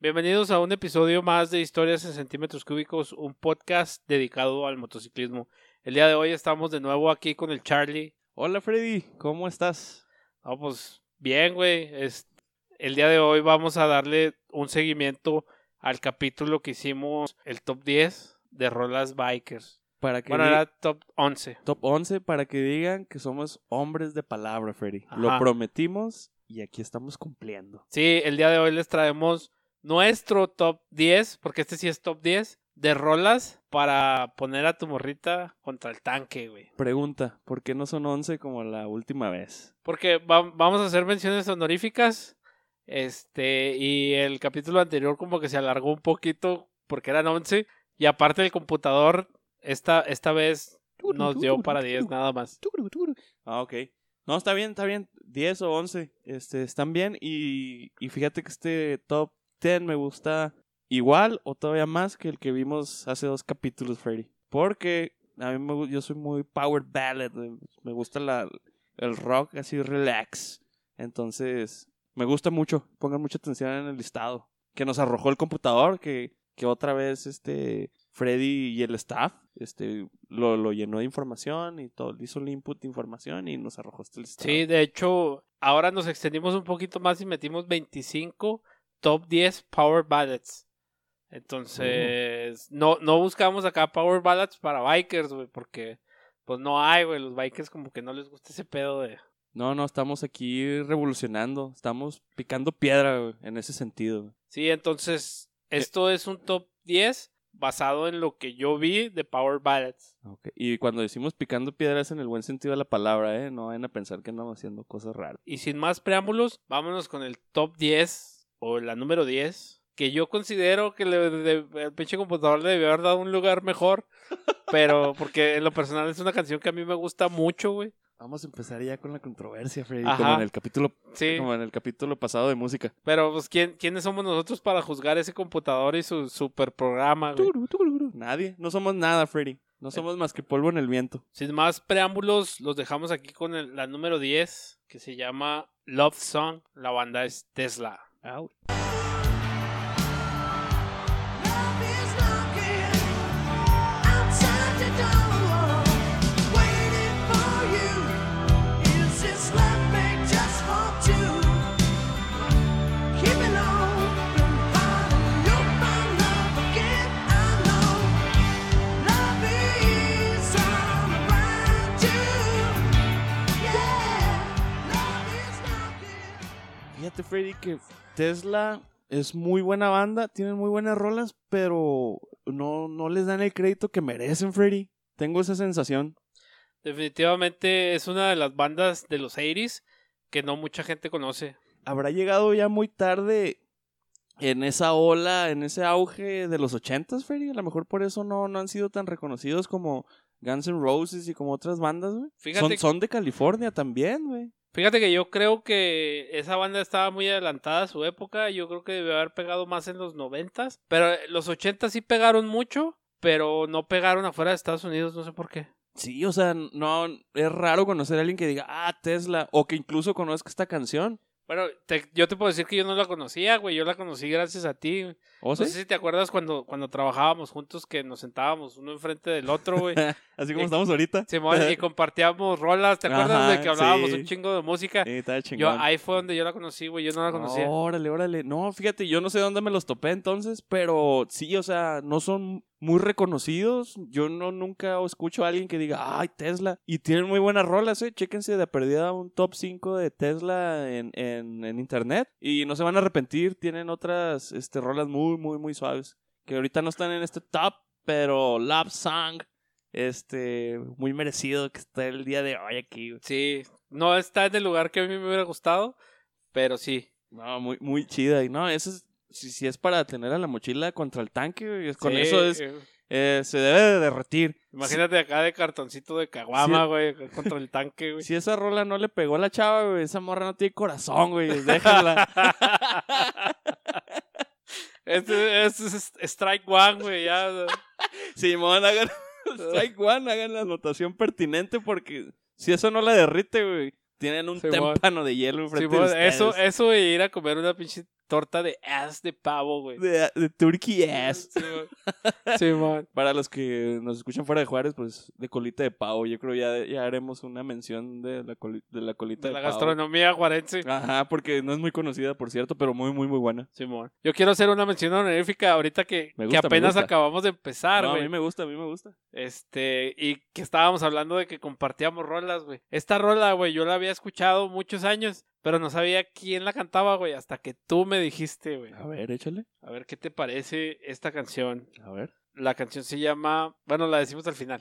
Bienvenidos a un episodio más de Historias en Centímetros Cúbicos, un podcast dedicado al motociclismo. El día de hoy estamos de nuevo aquí con el Charlie. Hola Freddy, ¿cómo estás? No, pues bien, güey. El día de hoy vamos a darle un seguimiento al capítulo que hicimos, el top 10 de rolas bikers. Era top 11. Top 11 para que digan que somos hombres de palabra, Freddy. Ajá. Lo prometimos y aquí estamos cumpliendo. Sí, el día de hoy les traemos nuestro top 10, porque este sí es top 10, de rolas para poner a tu morrita contra el tanque, güey. Pregunta, ¿por qué no son 11 como la última vez? Porque vamos a hacer menciones honoríficas, y el capítulo anterior como que se alargó un poquito porque eran 11, y aparte el computador esta vez nos dio para 10 nada más. Ah, ok. No, está bien, 10 o 11, están bien y fíjate que este top 10 me gusta igual o todavía más que el que vimos hace 2 capítulos, Freddy. Porque a mí yo soy muy power ballad, me gusta el rock así relax. Entonces, me gusta mucho, pongan mucha atención en el listado que nos arrojó el computador, que otra vez Freddy y el staff lo llenó de información y todo, hizo el input de información y nos arrojó este listado. Sí, de hecho, ahora nos extendimos un poquito más y metimos 25 top 10 Power Ballads. Entonces, no buscamos acá Power Ballads para bikers, güey, porque pues no hay, güey, los bikers como que no les gusta ese pedo de... No, estamos aquí revolucionando, estamos picando piedra, güey, en ese sentido, güey. Sí, entonces, esto es un top 10 basado en lo que yo vi de Power Ballads. Okay. Y cuando decimos picando piedras en el buen sentido de la palabra, no vayan a pensar que andamos haciendo cosas raras. Y sin más preámbulos, vámonos con el top 10 o la número 10, que yo considero que el pinche computador le debió haber dado un lugar mejor, pero porque en lo personal es una canción que a mí me gusta mucho, güey. Vamos a empezar ya con la controversia, Freddy, Ajá. como en el Sí. capítulo pasado de música. Pero pues ¿quiénes somos nosotros para juzgar ese computador y su super programa, güey? Nadie, no somos nada, Freddy. No somos más que polvo en el viento. Sin más preámbulos, los dejamos aquí con la número 10, que se llama Love Song. La banda es Tesla. Out. Fíjate, Freddy, que Tesla es muy buena banda, tienen muy buenas rolas, pero no les dan el crédito que merecen, Freddy. Tengo esa sensación. Definitivamente es una de las bandas de los 80s que no mucha gente conoce. Habrá llegado ya muy tarde en esa ola, en ese auge de los 80s, Freddy. A lo mejor por eso no han sido tan reconocidos como Guns N' Roses y como otras bandas, güey. Son de California también, güey. Fíjate que yo creo que esa banda estaba muy adelantada a su época. Yo creo que debió haber pegado más en los 90s. Pero los 80s sí pegaron mucho, pero no pegaron afuera de Estados Unidos, no sé por qué. Sí, o sea, no, es raro conocer a alguien que diga, Tesla, o que incluso conozca esta canción. Bueno, yo te puedo decir que yo no la conocía, güey. Yo la conocí gracias a ti. ¿Oh, no sí? sé si te acuerdas cuando trabajábamos juntos, que nos sentábamos uno enfrente del otro, güey. Así como estamos ahorita. Simón, y compartíamos rolas. ¿Te acuerdas? Ajá, de que hablábamos sí. un chingo de música? Sí, estaba chingón. Ahí fue donde yo la conocí, güey. Yo no la conocía. Órale. No, fíjate, yo no sé dónde me los topé entonces, pero sí, o sea, no son muy reconocidos. Yo nunca escucho a alguien que diga, ¡ay, Tesla! Y tienen muy buenas rolas, Chéquense de perdida un top 5 de Tesla en internet. Y no se van a arrepentir, tienen otras rolas muy, muy, muy suaves. Que ahorita no están en este top, pero Love Song, muy merecido que esté el día de hoy aquí, güey. Sí, no está en el lugar que a mí me hubiera gustado, pero sí. No, muy, muy chida. Y no, eso es, si es para tener a la mochila contra el tanque, güey, con Sí, eso se debe de derretir. Imagínate acá de cartoncito de caguama, güey, contra el tanque, güey. Si esa rola no le pegó a la chava, güey, esa morra no tiene corazón, güey, déjala. Este es Strike One, güey, ya. Simón, hagan Strike One, hagan la anotación pertinente porque si eso no la derrite, güey, tienen un témpano de hielo enfrente de ustedes. Eso y ir a comer una pinche torta de ass de pavo, güey. De turkey ass. Sí, sí, man. Para los que nos escuchan fuera de Juárez, pues de colita de pavo. Yo creo ya haremos una mención de la colita De de la pavo. gastronomía juarense. Ajá, porque no es muy conocida, por cierto, pero muy, muy, muy buena. Simón. Yo quiero hacer una mención honorífica ahorita que apenas acabamos de empezar, güey. No, a mí me gusta. Y que estábamos hablando de que compartíamos rolas, güey. Esta rola, güey, yo la había escuchado muchos años, pero no sabía quién la cantaba, güey, hasta que tú me dijiste, güey. A ver, échale. A ver, ¿qué te parece esta canción? A ver. La canción se llama... Bueno, la decimos al final.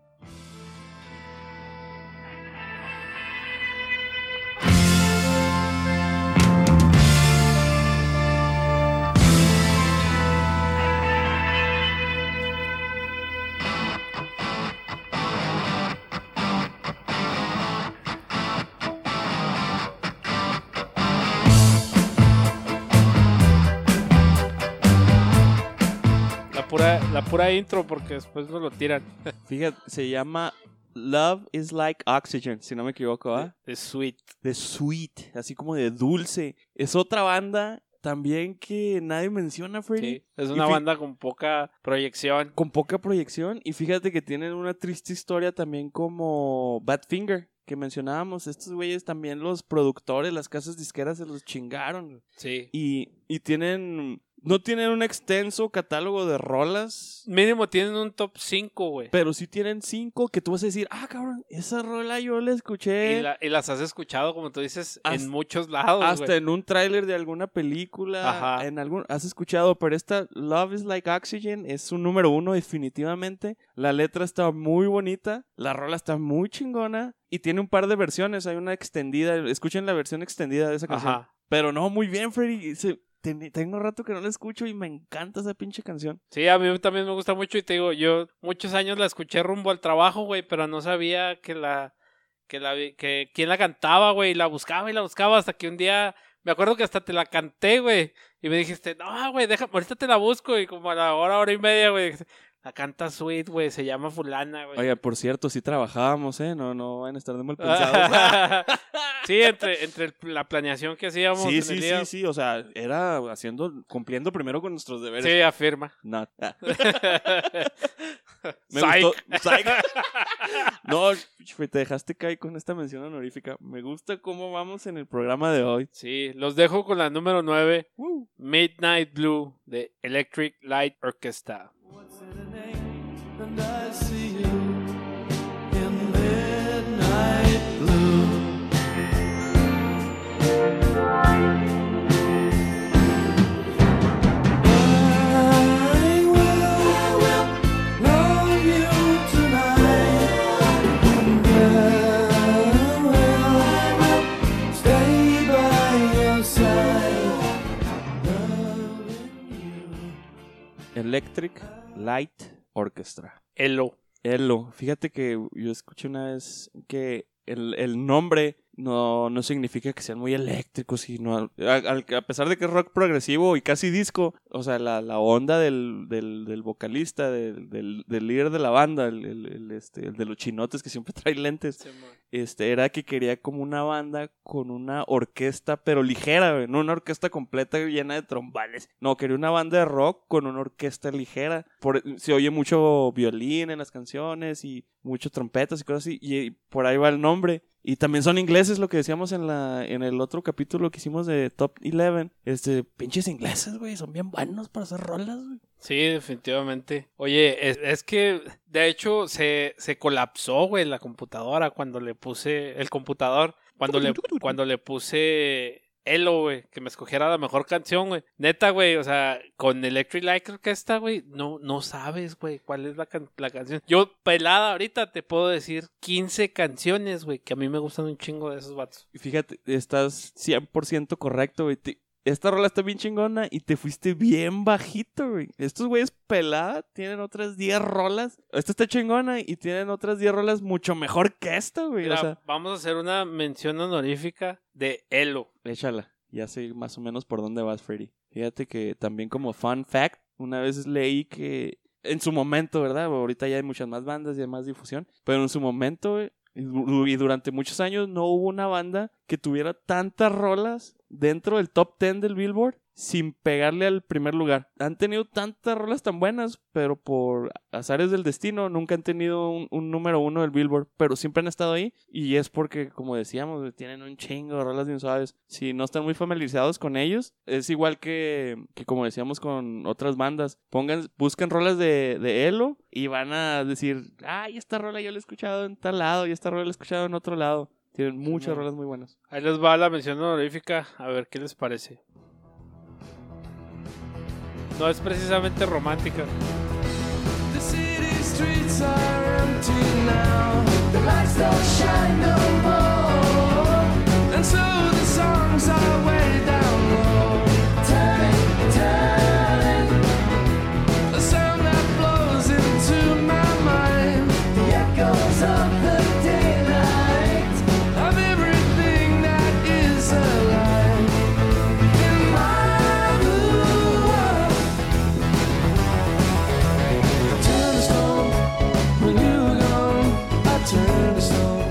La pura intro, porque después nos lo tiran. Fíjate, se llama Love is Like Oxygen, si no me equivoco, ¿ah? De Sweet. De Sweet, así como de dulce. Es otra banda también que nadie menciona, Freddy. Sí, es una banda con poca proyección. Con poca proyección. Y fíjate que tienen una triste historia también como Badfinger, que mencionábamos. Estos güeyes también, los productores, las casas disqueras se los chingaron. Sí. Y tienen... No tienen un extenso catálogo de rolas. Mínimo tienen un top 5, güey. Pero sí tienen 5 que tú vas a decir, cabrón, esa rola yo la escuché. Y las has escuchado, como tú dices, en muchos lados, hasta güey. En un tráiler de alguna película. Ajá. Has escuchado, pero esta Love is Like Oxygen es un número 1 definitivamente. La letra está muy bonita, la rola está muy chingona y tiene un par de versiones. Hay una extendida, escuchen la versión extendida de esa canción. Ajá. Pero no, muy bien, Freddy. Tengo rato que no la escucho y me encanta esa pinche canción. Sí, a mí también me gusta mucho y te digo, yo muchos años la escuché rumbo al trabajo, güey, pero no sabía que quién la cantaba, güey, y la buscaba hasta que un día, me acuerdo que hasta te la canté, güey, y me dijiste, no, güey, ahorita te la busco, y como a la hora y media, güey, la canta Sweet, güey, se llama fulana, güey. Oye, por cierto, sí trabajábamos, no van a estar de mal pensados. Sí, entre la planeación que hacíamos en el día. Sí, o sea, era cumpliendo primero con nuestros deberes. Sí, afirma. No. Psych. Gustó. Psych. No, te dejaste caer con esta mención honorífica. Me gusta cómo vamos en el programa de hoy. Sí, los dejo con la número 9, Midnight Blue, de Electric Light Orchestra. And I see you in midnight blue. I will love you tonight, and I will stay by your side, loving you. Electric Light Orchestra. Elo. Fíjate que yo escuché una vez que el nombre no significa que sean muy eléctricos, sino a pesar de que es rock progresivo y casi disco, o sea, la onda del vocalista, del líder de la banda, el de los chinotes que siempre trae lentes, era que quería como una banda con una orquesta, pero ligera, güey, no una orquesta completa llena de trombales. No, quería una banda de rock con una orquesta ligera. Se oye mucho violín en las canciones y mucho trompetas y cosas así, y por ahí va el nombre. Y también son ingleses, lo que decíamos en el otro capítulo que hicimos de Top 11. Pinches ingleses, güey, son bien buenos para hacer rolas, güey. Sí, definitivamente. Oye, es que de hecho se colapsó, güey, la computadora cuando le puse el computador, cuando le puse Elo, güey, que me escogiera la mejor canción, güey. Neta, güey, o sea, con Electric Light Orchestra, güey, no sabes, güey, cuál es la canción. Yo, pelada ahorita, te puedo decir 15 canciones, güey, que a mí me gustan un chingo de esos vatos. Fíjate, estás 100% correcto, güey. Esta rola está bien chingona y te fuiste bien bajito, güey. Estos güeyes pelada tienen otras 10 rolas. Esta está chingona y tienen otras 10 rolas mucho mejor que esta, güey. Mira, o sea, vamos a hacer una mención honorífica de Elo. Échala. Ya sé más o menos por dónde vas, Freddy. Fíjate que también como fun fact, una vez leí que en su momento, ¿verdad? Ahorita ya hay muchas más bandas y hay más difusión. Pero en su momento, güey, y durante muchos años no hubo una banda que tuviera tantas rolas dentro del top 10 del Billboard sin pegarle al primer lugar. Han tenido tantas rolas tan buenas, pero por azares del destino nunca han tenido un número 1 del Billboard, pero siempre han estado ahí y es porque, como decíamos, güey, tienen un chingo de rolas bien suaves. Si no están muy familiarizados con ellos, es igual que como decíamos con otras bandas, buscan rolas de Elo y van a decir, ay, esta rola yo la he escuchado en tal lado y esta rola la he escuchado en otro lado. Tienen muchas rolas muy buenas. Ahí les va la mención honorífica, a ver qué les parece. No es precisamente romántica. The city streets are empty now. The lights don't shine no more. And so the songs are way down low. Turning. A sound that blows into my mind. The echoes of the daylight. Of everything that is alive. In my blue world. Turn to stone. When you were gone, I turned to stone.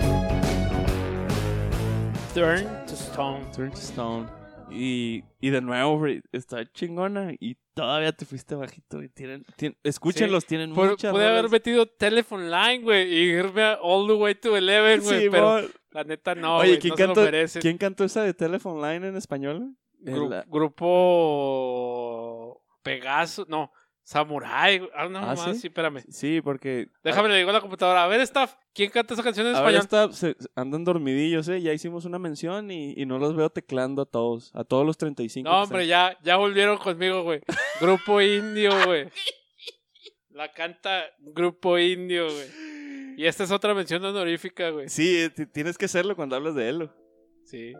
Turn to Stone. Turn to Stone. Y de nuevo, güey, está chingona y todavía te fuiste bajito, güey. Escúchenlos, Sí. tienen muchas Pude haber rolas. metido Telephone Line, güey, y irme All the Way to 11, güey, Sí, pero mon. la neta no, Oye, güey, ¿quién no se lo cantó, merecen. ¿quién cantó esa de Telephone Line en español? Grupo Pegaso, no, Samurai, no, ¿Ah, más, sí? sí, espérame. Sí, porque... Déjame, le digo a la computadora, a ver, Staff, ¿quién canta esa canción en Ahora español? andan dormidillos, ya hicimos una mención y no los veo teclando a todos los 35. No, que hombre, ya volvieron conmigo, güey. Grupo Indio, güey. La canta Grupo Indio, güey. Y esta es otra mención honorífica, güey. están. Sí, tienes que hacerlo cuando hablas de él. Sí.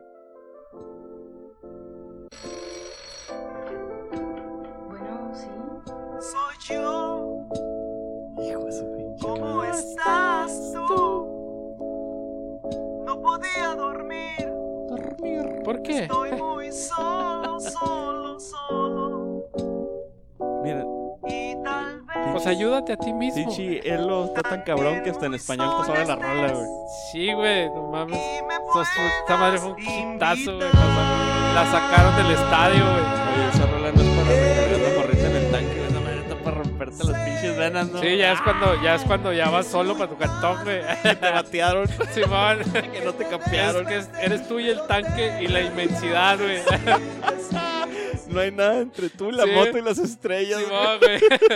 Bueno, sí. Soy yo, Hijo de su pinche. ¿cómo estás tú? No podía dormir, ¿Por qué? estoy muy solo, solo, solo. Mira, Y tal vez Pues ayúdate a ti mismo. pinche Elo está tan cabrón que hasta en español te sabe la rola, güey. Sí, güey, no mames. y me Esta madre fue un puedes hitazo, güey. invitar. La sacaron del estadio, güey. Oye, esa rola no es para recargar la morrita en el tanque, güey. Esa madre está para romperte las pinches venas, ¿no? Sí, ya es cuando ya vas solo para tu cantón, güey. te batearon, Simón. que no te Es campearon. que eres tú y el tanque y la inmensidad, güey. No hay nada entre tú, la Sí. moto y las estrellas. güey. Simón, güey.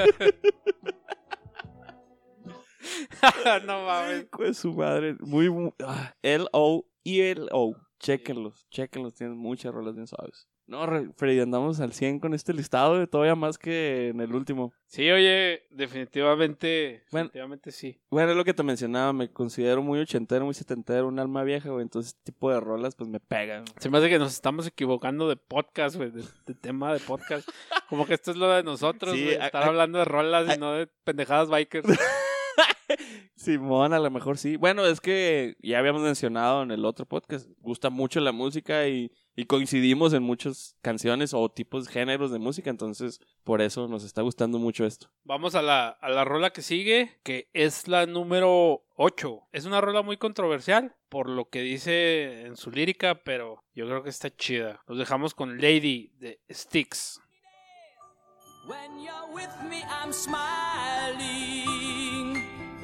No mames. Hijo de su madre. L.O. y L.O. Chéquenlos, tienen muchas rolas bien suaves. No, Freddy, andamos al 100 con este listado, todavía más que en el último. Sí, oye, definitivamente sí. Bueno, es lo que te mencionaba, me considero muy ochentero, muy setentero, un alma vieja, güey, entonces este tipo de rolas pues me pegan. Se me hace que nos estamos equivocando de podcast, güey, de tema de podcast. Como que esto es lo de nosotros, Sí, güey, estar hablando de rolas y no de pendejadas bikers. Simón, a lo mejor sí. Bueno, es que ya habíamos mencionado en el otro podcast, gusta mucho la música y coincidimos en muchas canciones o tipos, géneros de música, entonces por eso nos está gustando mucho esto. Vamos a la rola que sigue, que es la número 8. Es una rola muy controversial por lo que dice en su lírica, pero yo creo que está chida. Los dejamos con Lady de Styx. When you're with me, I'm smiling.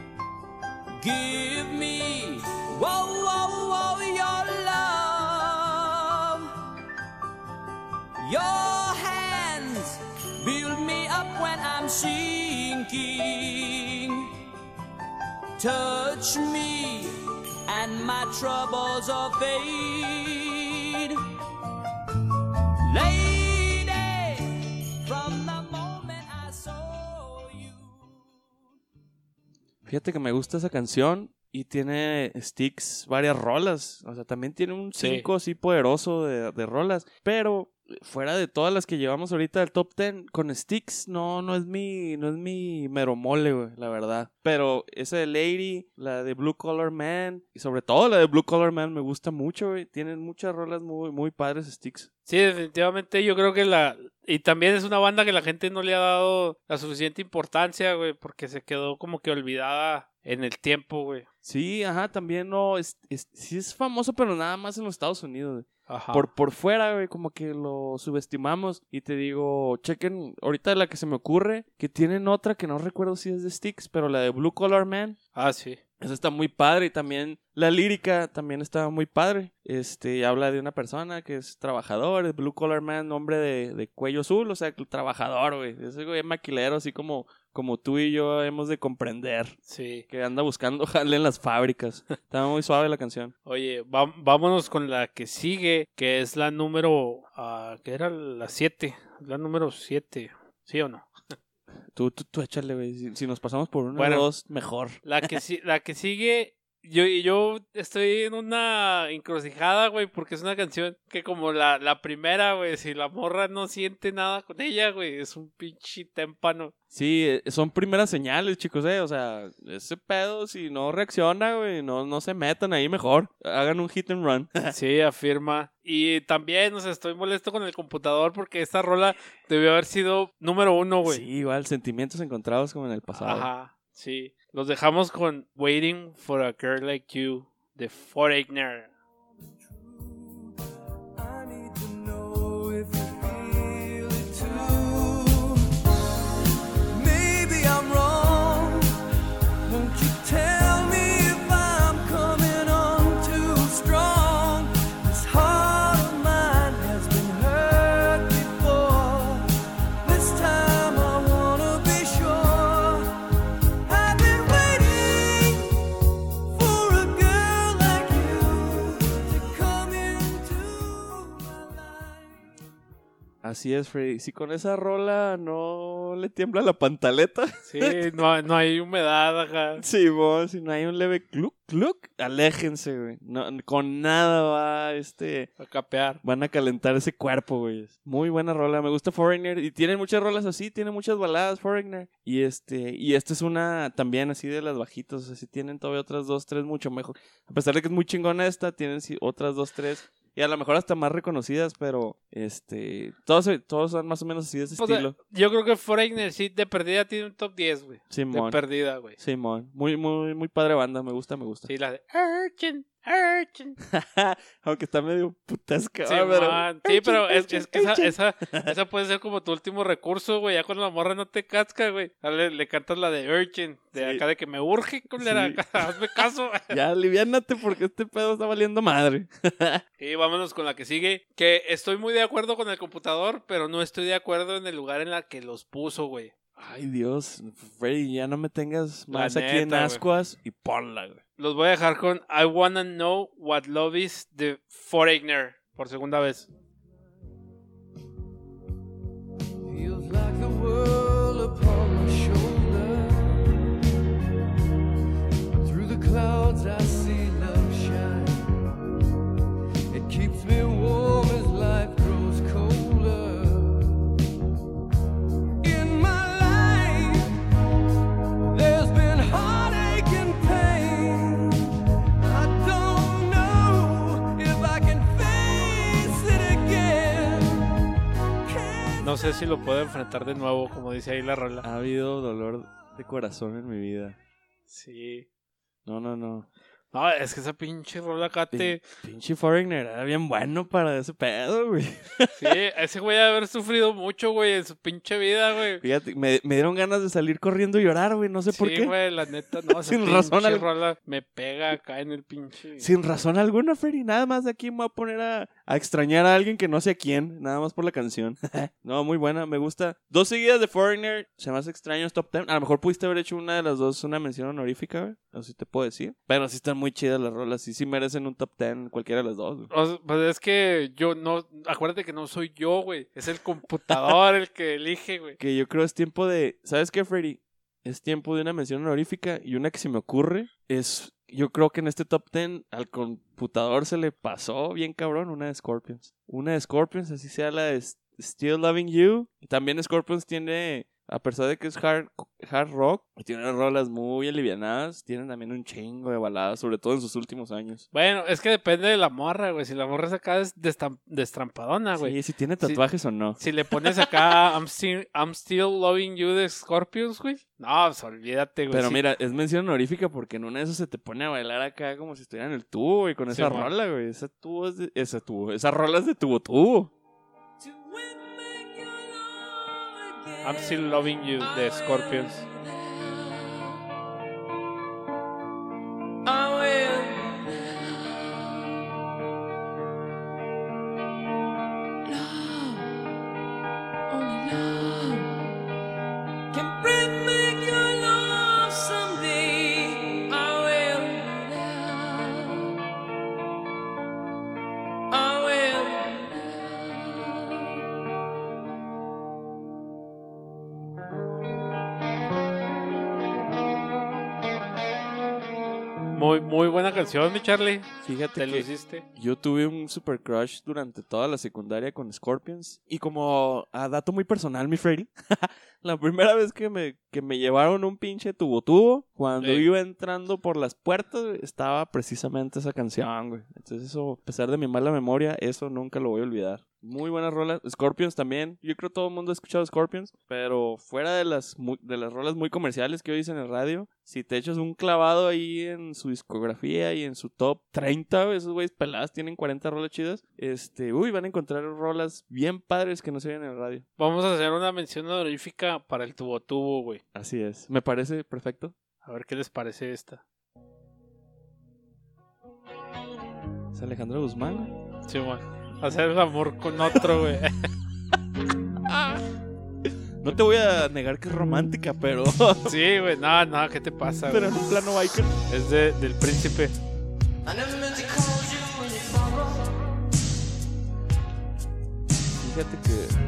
Give me, whoa, whoa, whoa, your love. Your hands build me up when I'm sinking. Touch me, and my troubles are fade. Lady, from the moment I saw you. Fíjate que me gusta esa canción y tiene Styx varias rolas. O sea, también tiene un Sí. 5 así poderoso de rolas. Pero fuera de todas las que llevamos ahorita del top 10, con Styx no es mi mero mole, güey, la verdad. Pero esa de Lady, la de Blue Collar Man, y sobre todo la de Blue Collar Man me gusta mucho, güey. Tienen muchas rolas muy, muy padres Styx. Sí, definitivamente yo creo que y también es una banda que la gente no le ha dado la suficiente importancia, güey, porque se quedó como que olvidada en el tiempo, güey. Sí, ajá, también sí es famoso, pero nada más en los Estados Unidos, güey. Ajá. Por fuera, güey, como que lo subestimamos. Y te digo, chequen, ahorita la que se me ocurre, que tienen otra que no recuerdo si es de Styx, pero la de Blue Collar Man. Ah, sí. Esa está muy padre y también la lírica también está muy padre. Habla de una persona que es trabajador, es Blue Collar Man, hombre de cuello azul, o sea, trabajador, güey. Ese güey es maquilero, así como tú y yo hemos de comprender. Sí. Que anda buscando jale en las fábricas. Está muy suave la canción. Oye, vámonos con la que sigue, que es la número... que era la 7. La número 7. ¿Sí o no? Tú échale, güey. Si nos pasamos por una Bueno, o dos, mejor. La que sigue... Yo estoy en una encrucijada, güey, porque es una canción que como la primera, güey, si la morra no siente nada con ella, güey, es un pinche témpano. Sí, son primeras señales, chicos, o sea, ese pedo, si no reacciona, güey, no se metan ahí mejor. Hagan un hit and run. Sí, afirma. Y también, o sea, estoy molesto con el computador porque esta rola debió haber sido número 1, güey. Sí, igual, sentimientos encontrados como en el pasado. Ajá, sí. Los dejamos con Waiting for a Girl Like You de Foreigner. I need to know if you feel it too. Maybe I'm wrong. Won't you tell me if I'm coming on too strong? This heart of mine has been hurt before. This time I wanna be sure. I've been waiting for a girl like you to come into my life. Así es, Freddy. Si con esa rola no le tiembla la pantaleta. Sí, no hay humedad, ajá. Sí, vos, si no hay un leve cluck, aléjense, güey. No, con nada va, A capear. van a calentar ese cuerpo, güey. Muy buena rola, me gusta Foreigner. Y tiene muchas rolas así, tiene muchas baladas Foreigner. Y esta es una también así de las bajitas. O sea, sí tienen todavía otras 2, 3 mucho mejor. A pesar de que es muy chingona esta, tienen sí, otras 2, 3. Y a lo mejor hasta más reconocidas, pero todos son más o menos así de ese O sea, estilo. yo creo que Foreigner sí de perdida tiene un top 10, güey. De Simón. perdida, güey. Simón. Muy, muy, muy padre banda, me gusta. Sí, la de Urchin. Aunque está medio putasca. Sí, pero es que esa puede ser como tu último recurso, güey. Ya cuando la morra no te casca, güey. Le cantas la de Urchin. De Sí. acá de que me urge, culera. Sí. Hazme caso. Ya, aliviánate porque este pedo está valiendo madre. Y vámonos con la que sigue. Que estoy muy de acuerdo con el computador, pero no estoy de acuerdo en el lugar en la que los puso, güey. Ay, Dios. Freddy, ya no me tengas La más aquí en neta, güey. ascuas y ponla, güey. Los voy a dejar con I Wanna Know What Love Is de Foreigner. Por segunda vez. Feels like the world upon my shoulder. Through the clouds I see love shine. It keeps me warm as life grows colder. In my life, there's been heartache and pain. I don't know if I can face it again. No sé si lo puedo enfrentar de nuevo, como dice ahí la rola. Ha habido dolor de corazón en mi vida. Sí. No. No, es que esa pinche rola acá te... Pinche Foreigner era bien bueno para ese pedo, güey. Sí, ese güey debe haber sufrido mucho, güey, en su pinche vida, güey. Fíjate, me dieron ganas de salir corriendo y llorar, güey. No sé por Sí, qué. güey, la neta, no, esa Sin razón pinche alguna. rola me pega acá en el pinche... Sin razón alguna, Freddy. Nada más de aquí me voy a poner a extrañar a alguien que no sé a quién. Nada más por la canción. No, muy buena, me gusta. 2 seguidas de Foreigner. Se me hace extraño es top 10. A lo mejor pudiste haber hecho una de las dos, una mención honorífica, güey. No sé si te puedo decir. Pero sí están muy chidas las rolas. Sí merecen un top 10 cualquiera de las dos, güey. O sea, pues es que yo no... Acuérdate que no soy yo, güey. Es el computador el que elige, güey. Que yo creo es tiempo de... ¿Sabes qué, Freddy? Es tiempo de una mención honorífica. Y una que se me ocurre es... Yo creo que en este top 10 al computador se le pasó bien cabrón una de Scorpions. Una de Scorpions, así sea la de Still Loving You. Y también Scorpions tiene A pesar de que es hard rock, tienen rolas muy alivianadas, tienen también un chingo de baladas, sobre todo en sus últimos años. Bueno, es que depende de la morra, güey. Si la morra es acá destrampadona, güey. Sí, si tiene tatuajes o no. Si le pones acá I'm still loving you de Scorpions, güey. No, pues olvídate, güey. Pero sí. mira, es mención honorífica porque en una de esas se te pone a bailar acá como si estuviera en el tubo, güey, con esa man. rola, güey. Esa rola es de tubo. I'm still loving you de Scorpions. Muy buena canción, mi Charlie. Fíjate Te lo que hiciste. yo tuve un super crush durante toda la secundaria con Scorpions. Y como a dato muy personal, mi Freddy, la primera vez que me llevaron un pinche tubo, cuando Ey. iba entrando por las puertas, güey, estaba precisamente esa canción, güey. Entonces eso, a pesar de mi mala memoria, eso nunca lo voy a olvidar. Muy buenas rolas. Scorpions también. Yo creo que todo el mundo ha escuchado Scorpions. Pero fuera de las rolas muy comerciales que oís en el radio, si te echas un clavado ahí en su discografía y en su top 30, güey, esos güeyes peladas tienen 40 rolas chidas. Van a encontrar rolas bien padres que no se ven en el radio. Vamos a hacer una mención honorífica para el tubo, güey. Así es. Me parece perfecto. A ver qué les parece esta. Es Alejandro Guzmán, güey. Sí, güey. Hacer el amor con otro, güey. No te voy a negar que es romántica, pero... Sí, güey. No, ¿qué te pasa, pero güey? en un plano biker. Es del príncipe. Fíjate que...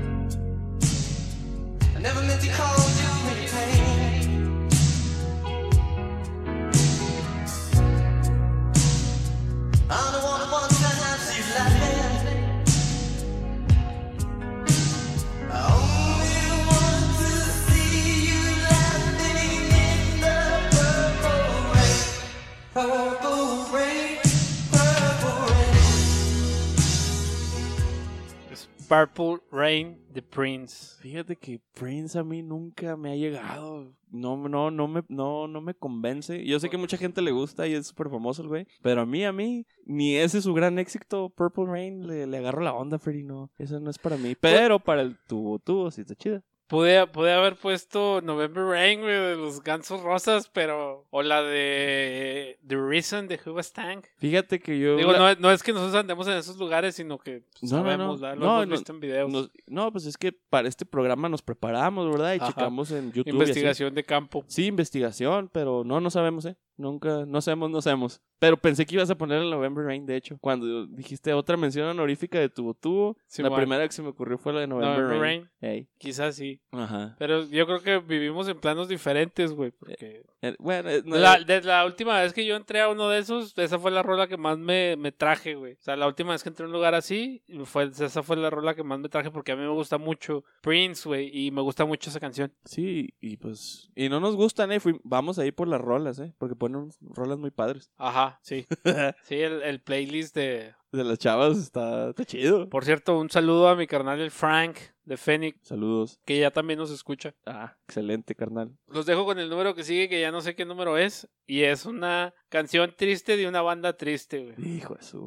Es Purple Rain de Prince. Fíjate que Prince a mí nunca me ha llegado. No me convence. Yo sé que mucha gente le gusta y es súper famoso el güey. Pero a mí, ni ese es su gran éxito. Purple Rain, le agarro la onda, Freddy. No, eso no es para mí. Pero para el tubo, sí está chida. Pude haber puesto November Rain, güey, de los Gansos Rosas, pero... O la de The Reason de Hoobastank. Fíjate que yo... Digo, no es que nosotros andemos en esos lugares, sino que pues, sabemos, ¿verdad? Lo hemos visto en videos. No, pues es que para este programa nos preparamos, ¿verdad? Y Ajá. checamos en YouTube. Investigación de campo. Sí, investigación, pero no sabemos, ¿eh? Nunca, no sabemos. Pero pensé que ibas a poner el November Rain, de hecho. Cuando dijiste otra mención honorífica de tubo, Sí, la bueno. primera que se me ocurrió fue la de November Rain. Ey. Quizás sí. Ajá. Pero yo creo que vivimos en planos diferentes, güey. Porque Bueno, de la última vez que yo entré a uno de esos, esa fue la rola que más me traje, güey. O sea, la última vez que entré a un lugar así, esa fue la rola que más me traje porque a mí me gusta mucho Prince, güey. Y me gusta mucho esa canción. sí, y pues... Y no nos gustan, vamos a ir por las rolas, porque ponen rolas muy padres. Ajá, sí. Sí, el playlist de... De las chavas está chido. Por cierto, un saludo a mi carnal el Frank de Phoenix, Saludos. que ya también nos escucha. Ah, excelente, carnal. Los dejo con el número que sigue, que ya no sé qué número es. Y es una canción triste de una banda triste, güey. Hijo de su...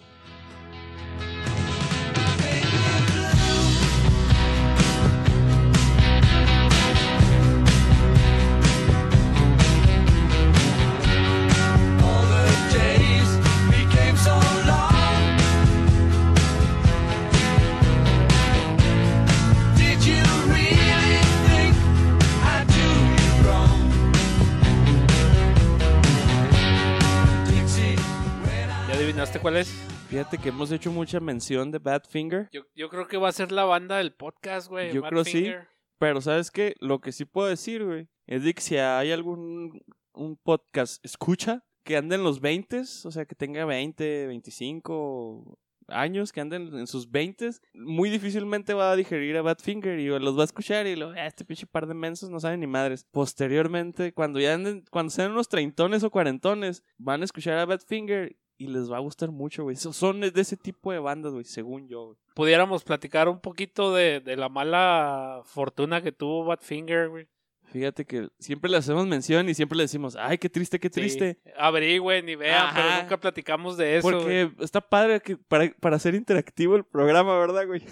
All the days became so long. Did you really think I'd do you wrong? Dixie, when I ¿Ya adivinaste cuál es? Fíjate que hemos hecho mucha mención de Badfinger. Yo creo que va a ser la banda del podcast, güey. Yo creo sí. Badfinger. Pero ¿sabes qué? Lo que sí puedo decir, güey, es de que si hay un podcast escucha que ande en los 20s, o sea, que tenga 20, 25, años, que anden en sus 20s, muy difícilmente va a digerir a Badfinger y los va a escuchar y este pinche par de mensos no saben ni madres. Posteriormente, cuando sean unos treintones o cuarentones, van a escuchar a Badfinger y les va a gustar mucho, güey. Son de ese tipo de bandas, güey, según yo, güey. Pudiéramos platicar un poquito de la mala fortuna que tuvo Badfinger, güey. Fíjate que siempre le hacemos mención y siempre le decimos, ay, qué triste, qué triste. Sí. Averigüen y vean, Ajá. pero nunca platicamos de eso, Porque güey. está padre que para hacer interactivo el programa, ¿verdad, güey?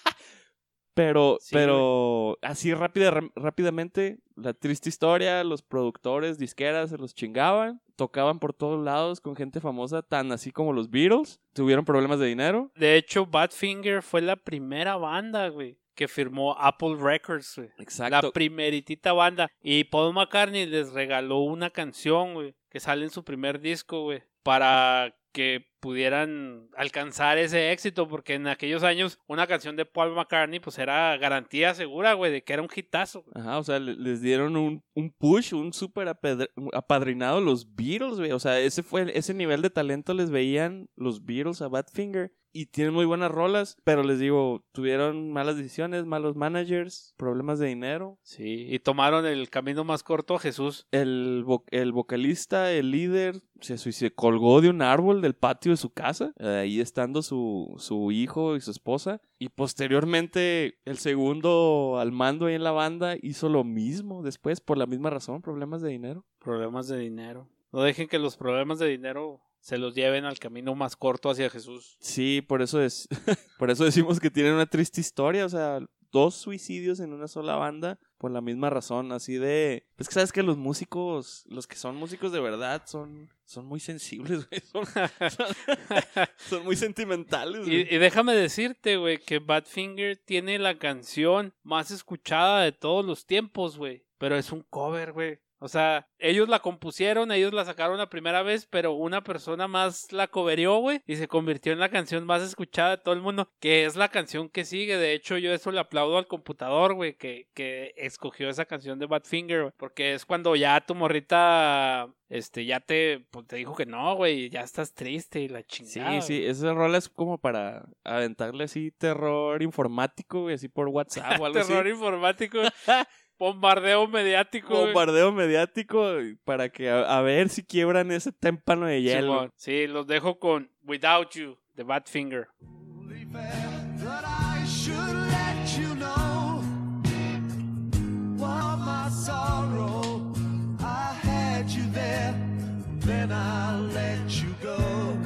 Sí, pero así rápidamente, la triste historia, los productores, disqueras se los chingaban, tocaban por todos lados con gente famosa, tan así como los Beatles, tuvieron problemas de dinero. De hecho, Badfinger fue la primera banda, güey, que firmó Apple Records, güey. Exacto. La primeritita banda. Y Paul McCartney les regaló una canción, güey, que sale en su primer disco, güey, para que pudieran alcanzar ese éxito, porque en aquellos años una canción de Paul McCartney pues era garantía segura, güey, de que era un hitazo. Ajá, o sea, les dieron un push, un súper apadrinado los Beatles, güey. O sea, ese nivel de talento les veían los Beatles a Badfinger. Y tienen muy buenas rolas, pero les digo, tuvieron malas decisiones, malos managers, problemas de dinero. Sí, y tomaron el camino más corto a Jesús. El vocalista, el líder, se colgó de un árbol del patio de su casa, ahí estando su hijo y su esposa. Y posteriormente, el segundo al mando ahí en la banda hizo lo mismo después, por la misma razón, problemas de dinero. Problemas de dinero. No dejen que los problemas de dinero se los lleven al camino más corto hacia Jesús. Sí, por eso por eso decimos que tienen una triste historia, o sea, 2 suicidios en una sola banda por la misma razón, así de... Es que sabes que los músicos, los que son músicos de verdad, son muy sensibles, güey, son muy sentimentales, güey. Y déjame decirte, güey, que Badfinger tiene la canción más escuchada de todos los tiempos, güey, pero es un cover, güey. O sea, ellos la compusieron, ellos la sacaron la primera vez, pero una persona más la coverió, güey, y se convirtió en la canción más escuchada de todo el mundo, que es la canción que sigue. De hecho, yo eso le aplaudo al computador, güey, que escogió esa canción de Badfinger, güey, porque es cuando ya tu morrita, ya te dijo que no, güey, ya estás triste y la chingada. Sí, esa rola es como para aventarle así terror informático, güey, así por WhatsApp o algo así. Terror informático. Bombardeo mediático. Bombardeo mediático para que a ver si quiebran ese témpano de hielo. Sí, los dejo con Without You, de Badfinger. That I should let you know what my sorrow. I had you there, then I let you go.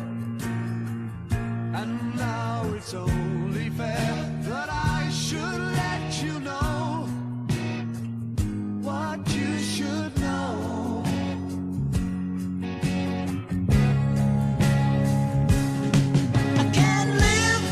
And now it's only fair that I should let you know what you should know. I can't live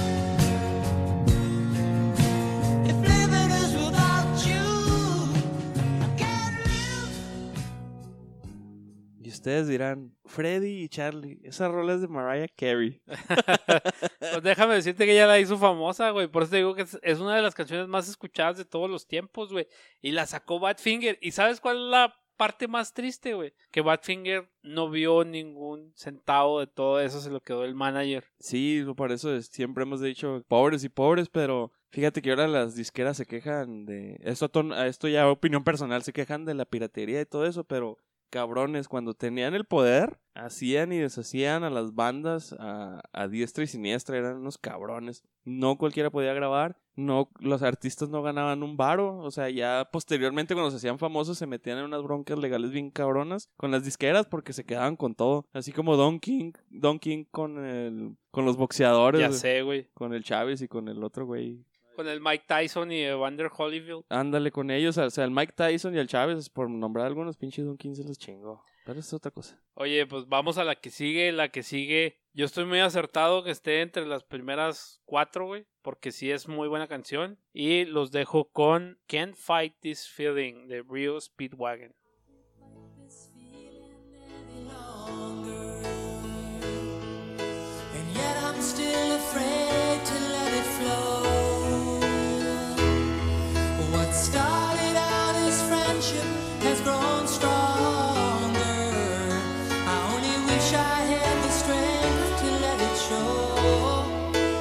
if living is without you. I can't live. Y ustedes dirán, Freddy y Charlie, esa rola es de Mariah Carey. Pues déjame decirte que ella la hizo famosa, güey. Por eso te digo que es una de las canciones más escuchadas de todos los tiempos, güey. Y la sacó Badfinger. ¿Y sabes cuál es la parte más triste, güey? Que Badfinger no vio ningún centavo de todo eso, se lo quedó el manager. Sí, por eso siempre hemos dicho pobres y pobres, pero fíjate que ahora las disqueras se quejan de... Esto ya opinión personal, se quejan de la piratería y todo eso, pero... Cabrones, cuando tenían el poder, hacían y deshacían a las bandas a diestra y siniestra, eran unos cabrones. No cualquiera podía grabar, no, los artistas no ganaban un varo, o sea, ya posteriormente cuando se hacían famosos se metían en unas broncas legales bien cabronas con las disqueras porque se quedaban con todo, así como Don King con los boxeadores. Ya sé, güey. Con el Chávez y con el otro güey. Con el Mike Tyson y Evander Holyfield. Ándale con ellos, o sea, el Mike Tyson y el Chávez, por nombrar algunos, pinches Don King se los chingó. Pero es otra cosa. Oye, pues vamos a la que sigue. Yo estoy muy acertado que esté entre las primeras 4, güey, porque sí es muy buena canción. Y los dejo con Can't Fight This Feeling de Rio Speedwagon. And yet I'm still afraid to let it flow. What started out as friendship has grown stronger. I only wish I had the strength to let it show.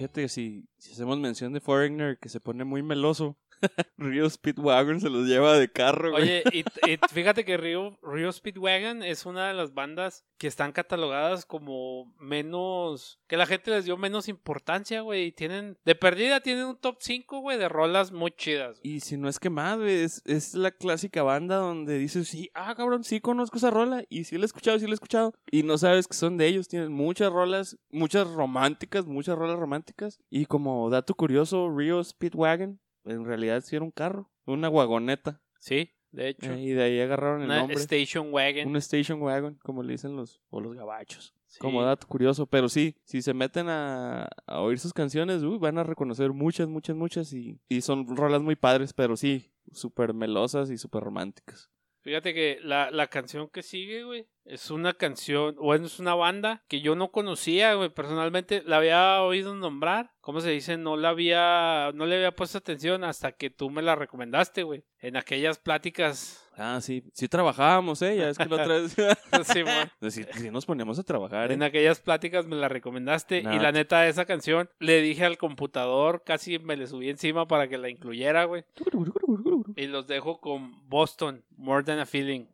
Fíjate, si hacemos mención de Foreigner, que se pone muy meloso, Rio Speedwagon se los lleva de carro, güey. Oye, y fíjate que Rio Speedwagon es una de las bandas que están catalogadas como menos... que la gente les dio menos importancia, güey. Y tienen... de perdida tienen un top 5, güey, de rolas muy chidas. Y si no es que más, güey, es la clásica banda donde dices, sí, cabrón, sí conozco esa rola. Y sí la he escuchado. Y no sabes que son de ellos. Tienen muchas rolas, muchas rolas románticas. Y como dato curioso, Rio Speedwagon, en realidad sí era un carro, una wagoneta. Sí, de hecho. Y de ahí agarraron el Una nombre. station wagon. Un station wagon, como le dicen los gabachos. Sí. Como dato curioso. Pero sí, si se meten a oír sus canciones, van a reconocer muchas. Y son rolas muy padres, pero sí, súper melosas y súper románticas. Fíjate que la canción que sigue, güey, es una canción, bueno, es una banda que yo no conocía, güey, personalmente la había oído nombrar, ¿cómo se dice? No le había puesto atención hasta que tú me la recomendaste, güey, en aquellas pláticas. Sí trabajábamos, ya es que la otra vez... Sí, man. Sí nos poníamos a trabajar, En aquellas pláticas me la recomendaste y la neta esa canción le dije al computador, casi me le subí encima para que la incluyera, güey. Y los dejo con Boston, More Than a Feeling.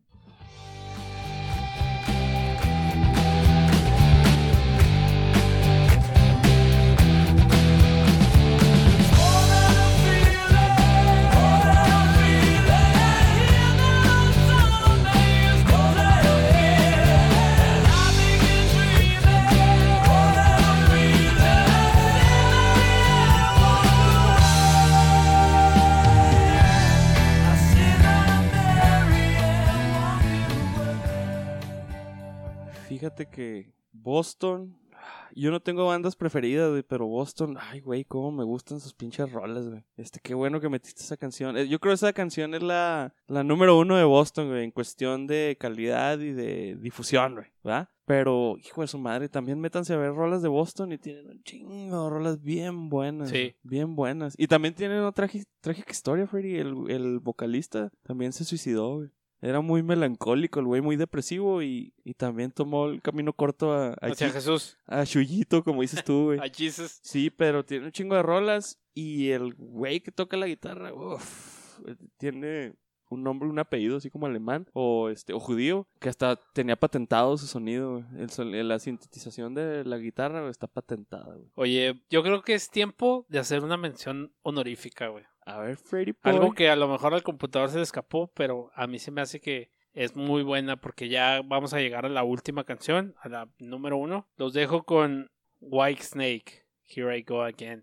Fíjate que Boston, yo no tengo bandas preferidas, güey, pero Boston, ay, güey, cómo me gustan sus pinches rolas, güey. Qué bueno que metiste esa canción. Yo creo que esa canción es la número 1 de Boston, güey, en cuestión de calidad y de difusión, güey, ¿verdad? Pero, hijo de su madre, también métanse a ver rolas de Boston y tienen un chingo de rolas bien buenas. Sí. Bien buenas. Y también tienen otra trágica historia, Freddy. El vocalista también se suicidó, güey. Era muy melancólico, el güey, muy depresivo y también tomó el camino corto hacia Jesús. A Chuyito, como dices tú, güey. A Jesus. Sí, pero tiene un chingo de rolas y el güey que toca la guitarra, tiene un nombre, un apellido así como alemán o judío, que hasta tenía patentado su sonido, güey. La sintetización de la guitarra, güey, está patentada, güey. Oye, yo creo que es tiempo de hacer una mención honorífica, güey. A ver, Freddy Boy. Algo que a lo mejor al computador se le escapó, pero a mí se me hace que es muy buena porque ya vamos a llegar a la última canción, a la número 1. Los dejo con White Snake, Here I Go Again.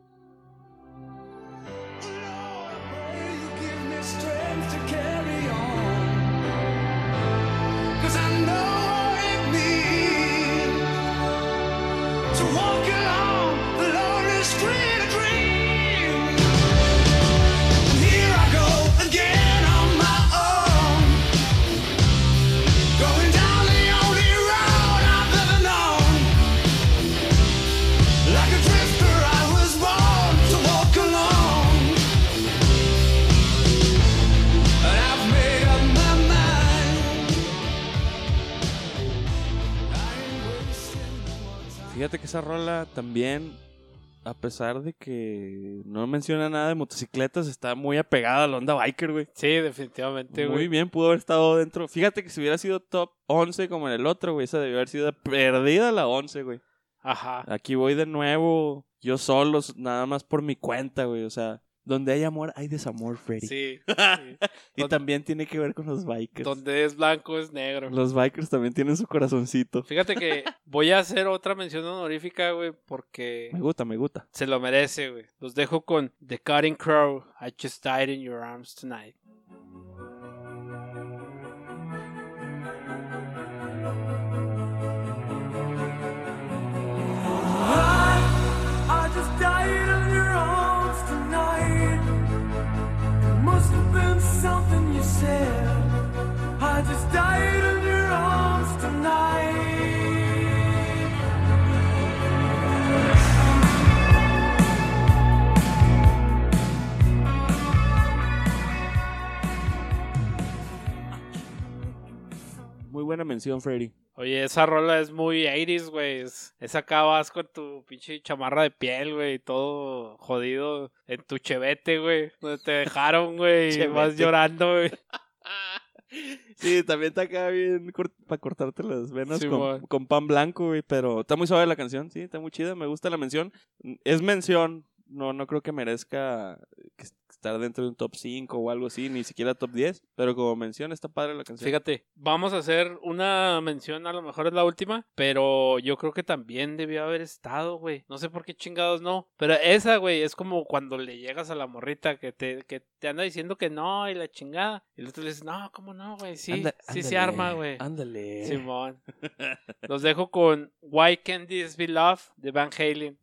Fíjate que esa rola también, a pesar de que no menciona nada de motocicletas, está muy apegada a la onda biker, güey. Sí, definitivamente, güey. Muy bien, pudo haber estado dentro. Fíjate que si hubiera sido top 11 como en el otro, güey, esa debió haber sido perdida la 11, güey. Ajá. Aquí voy de nuevo, yo solo, nada más por mi cuenta, güey, o sea... Donde hay amor, hay desamor, Freddy. Sí. Y también tiene que ver con los bikers. Donde es blanco es negro. Los bikers también tienen su corazoncito. Fíjate que voy a hacer otra mención honorífica, güey, porque... Me gusta. Se lo merece, güey. Los dejo con The Cutting Crow, I Just Died in Your Arms Tonight. I just died in your arms tonight. It must have been something you said. I just died in your arms tonight. Muy buena mención, Freddy. Oye, esa rola es muy 80s, güey. Es acá vas con tu pinche chamarra de piel, güey, todo jodido en tu chevete, güey. Donde te dejaron, güey, y vas Chevete. llorando, güey. Sí, también está acá bien para cortarte las venas Sí, con, man. con pan blanco, güey. Pero está muy suave la canción, sí, está muy chida. Me gusta la mención. Es mención. No creo que merezca estar dentro de un top 5 o algo así, ni siquiera top 10. Pero como mención, está padre la canción. Fíjate, vamos a hacer una mención, a lo mejor es la última, pero yo creo que también debió haber estado, güey. No sé por qué chingados no. Pero esa, güey, es como cuando le llegas a la morrita que te anda diciendo que no y la chingada. Y el otro le dice, no, ¿cómo no, güey? Sí, sí se arma, güey. Ándale. Simón. Los dejo con Why Can't This Be Love de Van Halen.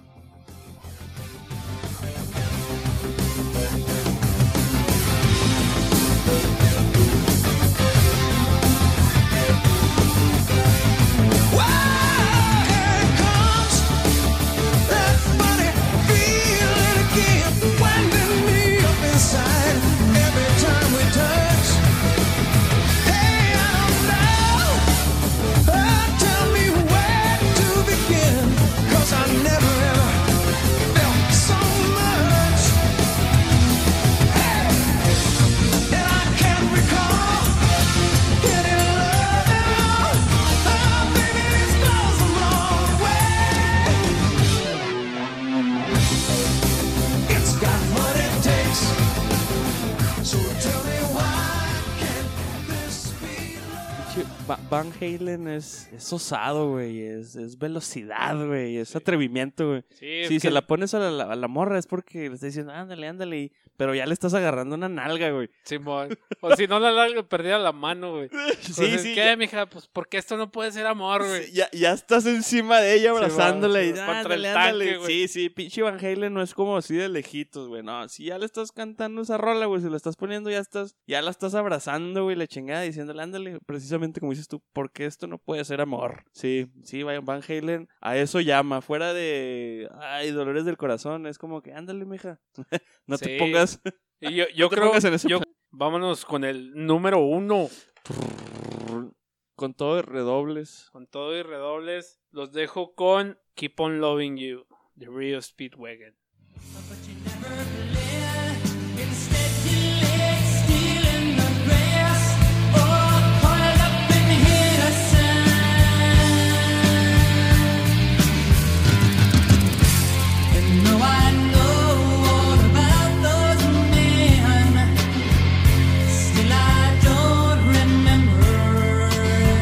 Van Halen es osado, güey. Es velocidad, güey. Es atrevimiento, güey. Sí, Si es se que- la pones a la morra es porque le está diciendo, ándale. Pero ya le estás agarrando una nalga, güey. Simón. O si no la larga, perdía la mano, güey. Entonces, Sí. ¿qué, mija? Pues porque esto no puede ser amor, güey. Sí, ya estás encima de ella Sí, abrazándola sí, y contra el ándale. tanque, güey. Sí, pinche Van Halen no es como así de lejitos, güey. No, si ya le estás cantando esa rola, güey, si la estás poniendo, ya la estás abrazando, güey, la chingada, diciéndole, ándale, precisamente como dices tú, porque esto no puede ser amor. Sí, Van Halen a eso llama, fuera de, dolores del corazón, es como que, ándale, mija, no Sí. te pongas... Y yo No te creo pongas en ese vámonos con el número 1. Con todo de redobles. Con todo y redobles. Los dejo con Keep on Loving You de Rio Speedwagon. But you never play. Instead you lay still in the grass, or coiled up in the sand. And though I know all about those men, still I don't remember.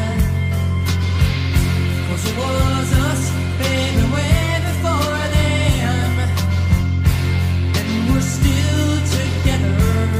'Cause it was us, baby, way before them. And we're still together.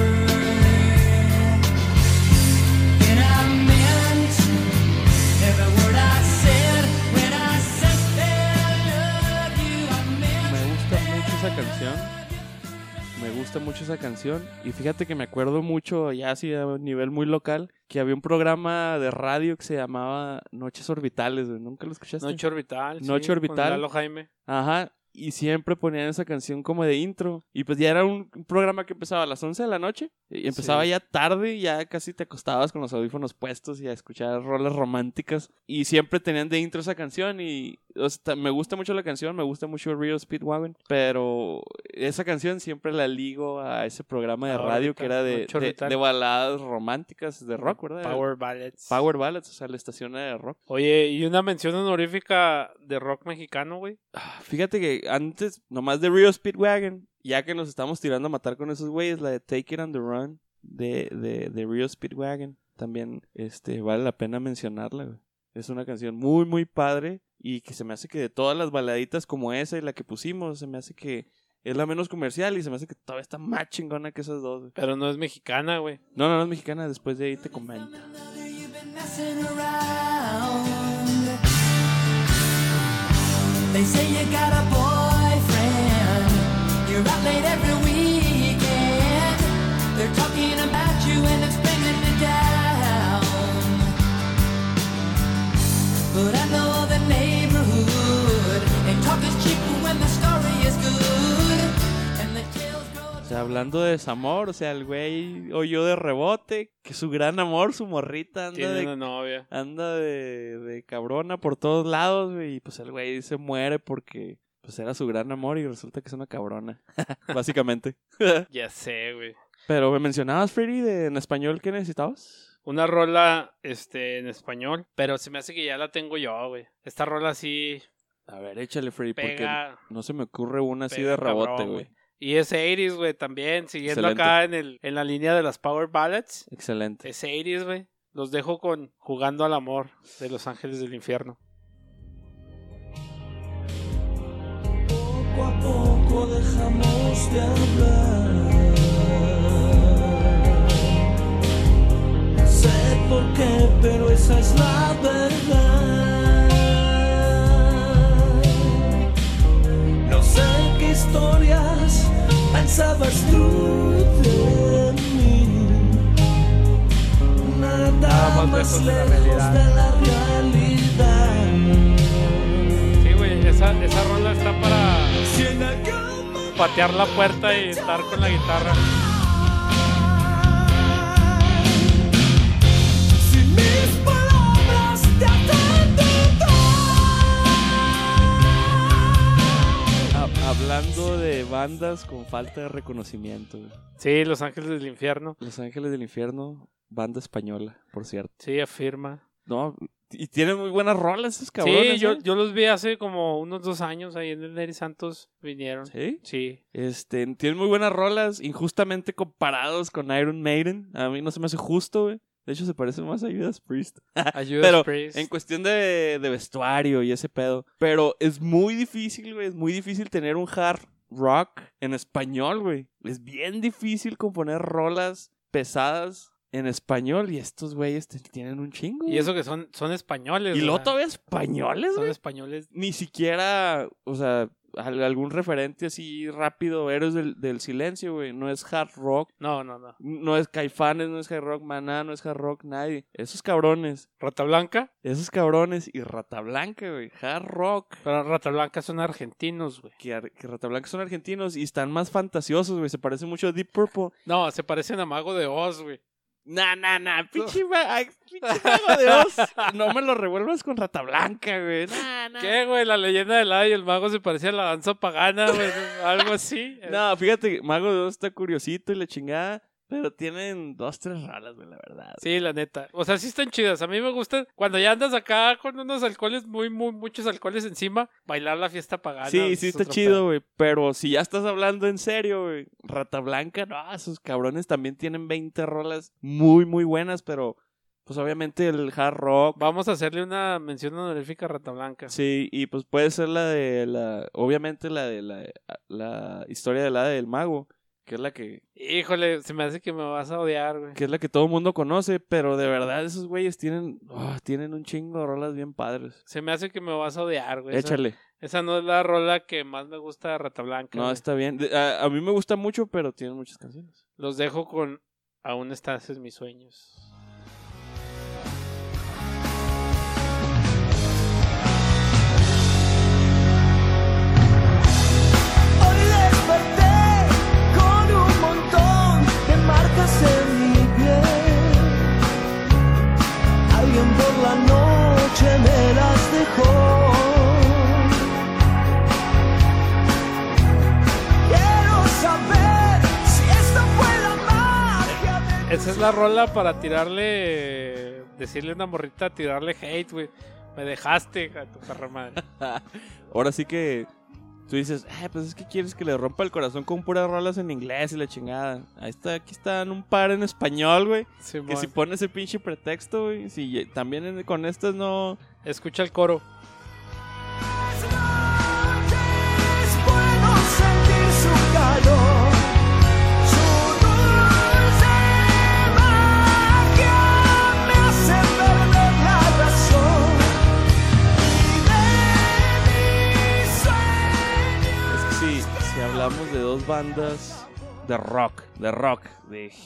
And I meant every word I said when I said that I love you. I meant Me gusta mucho esa canción. Me gusta mucho esa canción. Y fíjate que me acuerdo mucho, ya así a un nivel muy local, que había un programa de radio que se llamaba Noches Orbitales, güey. ¿Nunca lo escuchaste? Noche Orbital. Noche sí, Orbital. Con Lalo Jaime. Ajá. Y siempre ponían esa canción como de intro. Y pues ya era un programa que empezaba a las 11 de la noche. Y empezaba Sí. ya tarde y ya casi te acostabas con los audífonos puestos y a escuchar rolas románticas. Y siempre tenían de intro esa canción. Y o sea, me gusta mucho la canción, me gusta mucho Rio Speedwagon. Pero esa canción siempre la ligo a ese programa de Ahorita, radio que era Noche Orbital. de baladas románticas de rock, ¿verdad? Power Ballads. Power Ballads, o sea, la estación era de rock. Oye, y una mención honorífica de rock mexicano, güey. Fíjate que antes, nomás de Rio Speedwagon, ya que nos estamos tirando a matar con esos güeyes, la de Take It on the Run de Rio Speedwagon, también vale la pena mencionarla, güey. Es una canción muy, muy padre y que se me hace que de todas las baladitas como esa y la que pusimos, se me hace que es la menos comercial y se me hace que todavía está más chingona que esas dos, güey. Pero no es mexicana, güey. No es mexicana, después de ahí te comento. another, you've been messing around. They say you got a boyfriend. You're out late every weekend. They're talking about you and it's bringing me down. But I know the neighborhood, and talk is cheap when the story is good. And the tales grow sea, hablando de desamor, o sea, el güey oyó de rebote que su gran amor, su morrita, Tiene una novia. anda de cabrona por todos lados, güey. Y pues el güey se muere porque pues era su gran amor y resulta que es una cabrona. Básicamente. Ya sé, güey. Pero me mencionabas, Freddy, en español, ¿qué necesitabas? Una rola, en español, pero se me hace que ya la tengo yo, güey. Esta rola sí A ver, échale, Freddy, porque pega, no se me ocurre una así pega de rebote, cabrón, güey. Y es 80s, güey, también, siguiendo Excelente. acá en la línea de las Power Ballads. Excelente. Es 80s, güey. Los dejo con Jugando al Amor de Los Ángeles del Infierno. Poco a poco dejamos de hablar. No sé por qué, pero esa es la verdad. No sé qué historias pensabas tú de mí. Nada más lejos de la realidad. Sí, güey, esa rola está para Si en algún momento patear la puerta y estar con la guitarra. si mis palabras te hacen dudar. Hablando de bandas con falta de reconocimiento, güey. Sí, Los Ángeles del Infierno. Los Ángeles del Infierno, banda española, por cierto. Sí, afirma. No, y tienen muy buenas rolas esos cabrones. Sí, yo los vi hace como unos 2 años ahí en el Neri Santos. Vinieron. ¿Sí? Sí. Tienen muy buenas rolas, injustamente comparados con Iron Maiden. A mí no se me hace justo, güey. De hecho, se parece más a Judas Priest. Ayuda Pero Priest. en cuestión de vestuario y ese pedo. Pero es muy difícil, güey. Es muy difícil tener un hard rock en español, güey. Es bien difícil componer rolas pesadas en español. Y estos güeyes tienen un chingo. Y eso que son españoles. Y o luego sea, todavía españoles, son güey. españoles. Ni siquiera, o sea, algún referente así rápido. Héroes del Silencio, güey. No es hard rock. No. No es Caifanes, no es hard rock. Maná, no es hard rock. Nadie. Esos cabrones. Rata Blanca. Esos cabrones. Y Rata Blanca, güey. Hard rock. Pero Rata Blanca son argentinos, güey. Que Rata Blanca son argentinos y están más fantasiosos, güey. Se parecen mucho a Deep Purple. No, se parecen a Mago de Oz, güey. Nah. Pinche Mago de Oz. No me lo revuelvas con Rata Blanca, güey. Nah. ¿Qué, güey? La leyenda del hada y el mago se parecía a la danza pagana, güey. Algo así. No, fíjate, Mago de Oz está curiosito y la chingada. Pero tienen 2, 3 rolas, güey, la verdad. Sí, la neta. O sea, sí están chidas. A mí me gusta cuando ya andas acá con unos alcoholes, muchos alcoholes encima, bailar la fiesta pagana. Sí, es está otro chido, pedo. güey. Pero si ya estás hablando en serio, güey. Rata Blanca, no, esos cabrones también tienen 20 rolas muy, muy buenas, pero pues obviamente el hard rock. Vamos a hacerle una mención honorífica a Rata Blanca. Sí, y pues puede ser obviamente la de la historia del hada del mago, que es la que Híjole, se me hace que me vas a odiar, güey. todo el mundo conoce, pero de verdad esos güeyes tienen un chingo de rolas bien padres. Se me hace que me vas a odiar, güey. Échale. Esa no es la rola que más me gusta de Rata Blanca. No, güey. está bien. A mí me gusta mucho, pero tienen muchas canciones. Los dejo con Aún estás en mis sueños. Hoy desperté con un montón de marcas en mi piel. Alguien por la noche me las dejó. Quiero saber si esta fue la magia de Esa es la rola para decirle a una morrita, tirarle hate, güey. Me dejaste, a tu perra madre. Ahora sí que tú dices, pues es que quieres que le rompa el corazón con puras rolas en inglés y la chingada. Aquí están un par en español, güey. Que Simón. si pones ese pinche pretexto, güey. Si también con estas no. Escucha el coro. las noches puedo sentir su calor, su dulce magia me hace perder la razón y de mis sueños. Es que si hablamos de dos bandas de rock,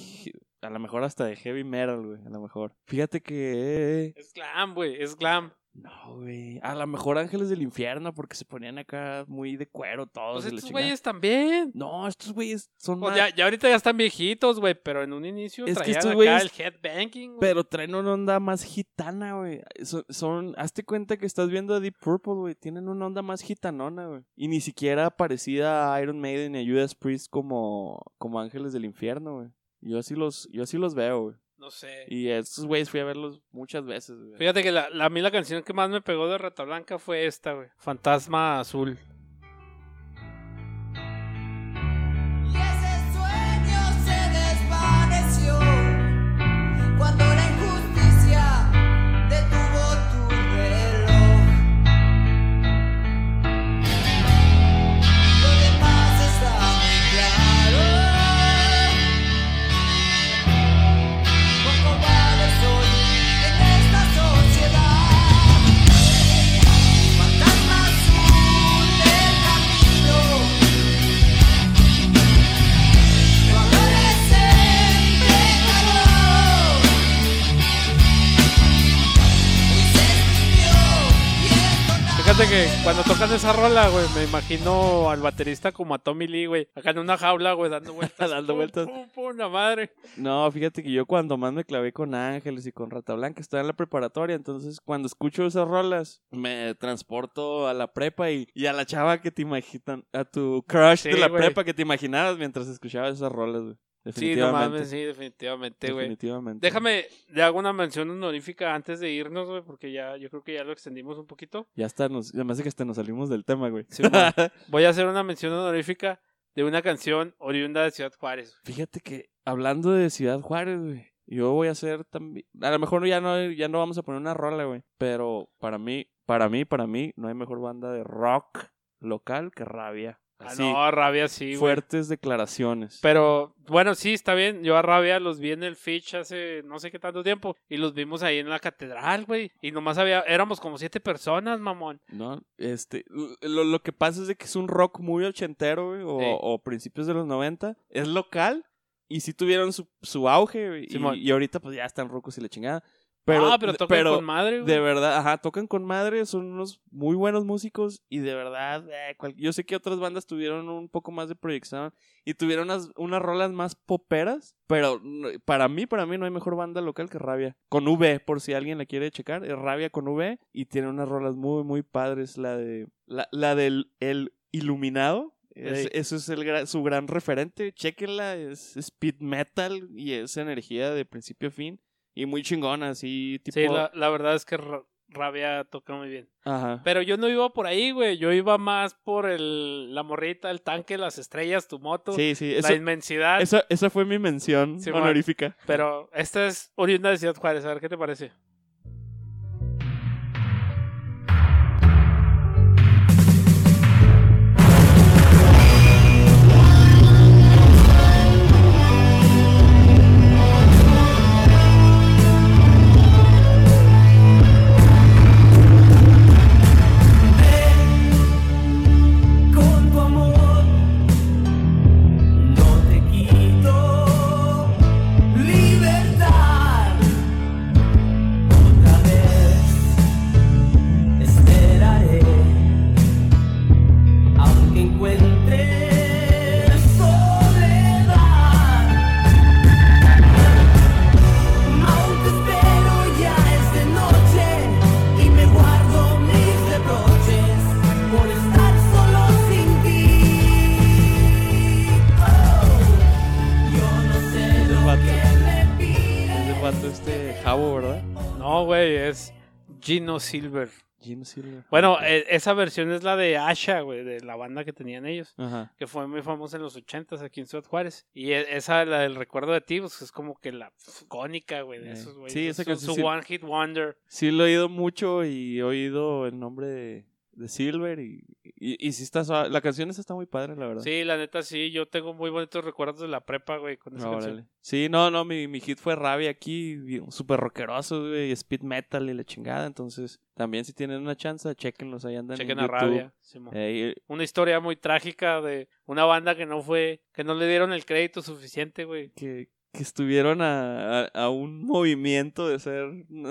a lo mejor hasta de heavy metal, güey, a lo mejor. Fíjate que Es glam, güey, es glam. No, güey. A lo mejor Ángeles del Infierno, porque se ponían acá muy de cuero todos. Pues y la estos chingada. güeyes también. No, estos güeyes son Pues más... ya ahorita ya están viejitos, güey, pero en un inicio Es que traían estos acá güeyes- el headbanging, güey. Pero traen una onda más gitana, güey. Hazte cuenta que estás viendo a Deep Purple, güey. Tienen una onda más gitanona, güey. Y ni siquiera parecida a Iron Maiden y a Judas Priest como Ángeles del Infierno, güey. Yo así los veo, güey. No sé. Y a estos güeyes fui a verlos muchas veces, güey. Fíjate que a mí la canción que más me pegó de Rata Blanca fue esta, güey. Fantasma Azul. Y ese sueño se desvaneció cuando la injusticia detuvo tu reloj. Lo demás está muy claro. Cuán cobarde soy en esta sociedad. Fantasma azul del camino. Tu adolescente calor. Hoy se escribió y esto nada. Fíjate que cuando tocan esa rola, güey, me imagino al baterista como a Tommy Lee, güey. Acá en una jaula, güey, dando vueltas. Dando vueltas. Pum, pum, la madre. No, fíjate que yo cuando más me clavé con Ángeles y con Rata Blanca estaba en la preparatoria, entonces cuando escucho esas rolas me transporto a la prepa y a la chava que te imaginan, a tu crush Sí, de la güey. prepa que te imaginabas mientras escuchabas esas rolas, güey. Sí, no Definitivamente. mames, sí, definitivamente, güey. Definitivamente. Déjame, le hago una mención honorífica antes de irnos, güey, porque yo creo que ya lo extendimos un poquito. Ya me hace que hasta nos salimos del tema, güey. Sí, man. Voy a hacer una mención honorífica de una canción oriunda de Ciudad Juárez. Fíjate que hablando de Ciudad Juárez, güey, yo voy a hacer también, a lo mejor ya no vamos a poner una rola, güey, pero para mí, no hay mejor banda de rock local que Rabia. Así, No, Rabia sí, güey. fuertes declaraciones. Pero, bueno, sí, está bien. Yo a Rabia los vi en el Fitch hace no sé qué tanto tiempo. Y los vimos ahí en la catedral, güey. Y nomás éramos como 7 personas, mamón. No, lo que pasa es de que es un rock muy ochentero, güey, Sí. o principios de los 90. Es local y sí tuvieron su auge, güey, Simón. y ahorita pues ya están rocos y la chingada. Pero tocan con madre, güey. de verdad, ajá, tocan con madre, son unos muy buenos músicos y de verdad, yo sé que otras bandas tuvieron un poco más de proyección y tuvieron unas rolas más poperas, pero para mí no hay mejor banda local que Rabia. Con V, por si alguien la quiere checar, es Rabia con V y tiene unas rolas muy, muy padres, la del El Iluminado. Ey. Eso es su gran referente, chéquenla, es speed metal y es energía de principio a fin. Y muy chingona, así, tipo... Sí, la verdad es que Rabia toca muy bien. Ajá. Pero yo no iba por ahí, güey. Yo iba más por la morrita, el tanque, las estrellas, tu moto, Sí, sí, la inmensidad. esa fue mi mención Sí, honorífica. Pero esta es oriunda de Ciudad Juárez. A ver qué te parece. Con tu amor no te quito libertad. Otra vez esperaré, aunque encuentre soledad. Aún te espero, ya es de noche y me guardo mis reproches por estar solo sin ti. Yo no sé lo vato. que me Es pides. el vato Jabo, ¿verdad? No, güey, es Gino Silver. Jim Silver. Bueno, esa versión es la de Asha, güey, de la banda que tenían ellos. Ajá. Que fue muy famosa en los 80s aquí en Ciudad Juárez. Y esa, la del recuerdo de ti, pues es como que la icónica, güey, de esos, güey. Sí, esa su canción sí. One Hit Wonder. Sí lo he oído mucho y he oído el nombre de Silver y sí está suave. La canción esa está muy padre, la verdad. Sí, la neta, sí. Yo tengo muy bonitos recuerdos de la prepa, güey, con esa Ah, canción. órale. Sí, no, mi hit fue Rabia aquí, súper rockeroso, güey, speed metal y la chingada, entonces también si tienen una chance, chequenlos, ahí andan Chequen en a YouTube. Rabia. Simón. Una historia muy trágica de una banda que no le dieron el crédito suficiente, güey. Que estuvieron a un movimiento de ser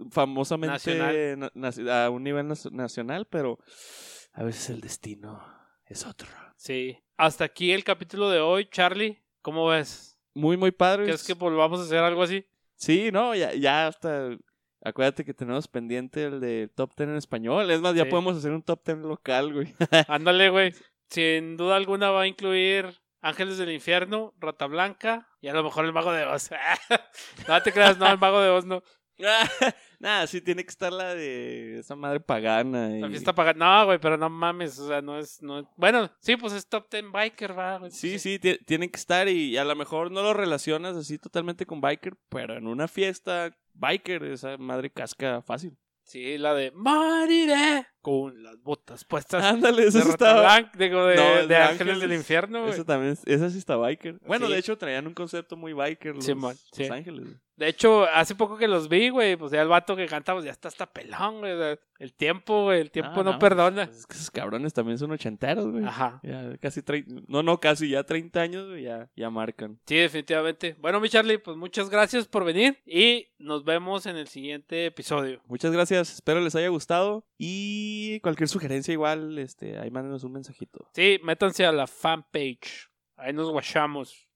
famosamente a un nivel nacional, pero a veces el destino es otro. Sí. Hasta aquí el capítulo de hoy, Charlie. ¿Cómo ves? Muy, muy padre. ¿Crees que volvamos a hacer algo así? Sí, no, ya hasta... Acuérdate que tenemos pendiente el de Top 10 en español. Es más, ya Sí. podemos hacer un Top 10 local, güey. Ándale, güey. Sin duda alguna va a incluir Ángeles del Infierno, Rata Blanca y a lo mejor el Mago de Oz. No te creas, no, el Mago de Oz no. Nada, sí tiene que estar la de esa madre pagana. La fiesta pagana. No, güey, pero no mames. O sea, no es. Bueno, sí, pues es Top 10 Biker, va, güey. Sí, tiene que estar y a lo mejor no lo relacionas así totalmente con biker, pero en una fiesta biker esa madre casca fácil. Sí, la de moriré con las botas puestas. Ándale, De esa sí Rata estaba... Blanca, digo, de, No, es de Ángeles del Infierno, güey. Esa también, esa sí está biker. Bueno, Sí. de hecho traían un concepto muy biker los, Simón, los sí. Ángeles. Güey. De hecho, hace poco que los vi, güey, pues ya el vato que canta, pues ya está hasta pelón, güey. O sea, el tiempo, güey, el tiempo no perdona. Pues es que esos cabrones también son ochenteros, güey. Ajá. Ya casi 30, no, casi ya 30 años, güey, ya marcan. Sí, definitivamente. Bueno, mi Charlie, pues muchas gracias por venir y nos vemos en el siguiente episodio. Muchas gracias, espero les haya gustado y cualquier sugerencia igual, ahí mándenos un mensajito. Sí, métanse a la fanpage. Ahí nos guachamos.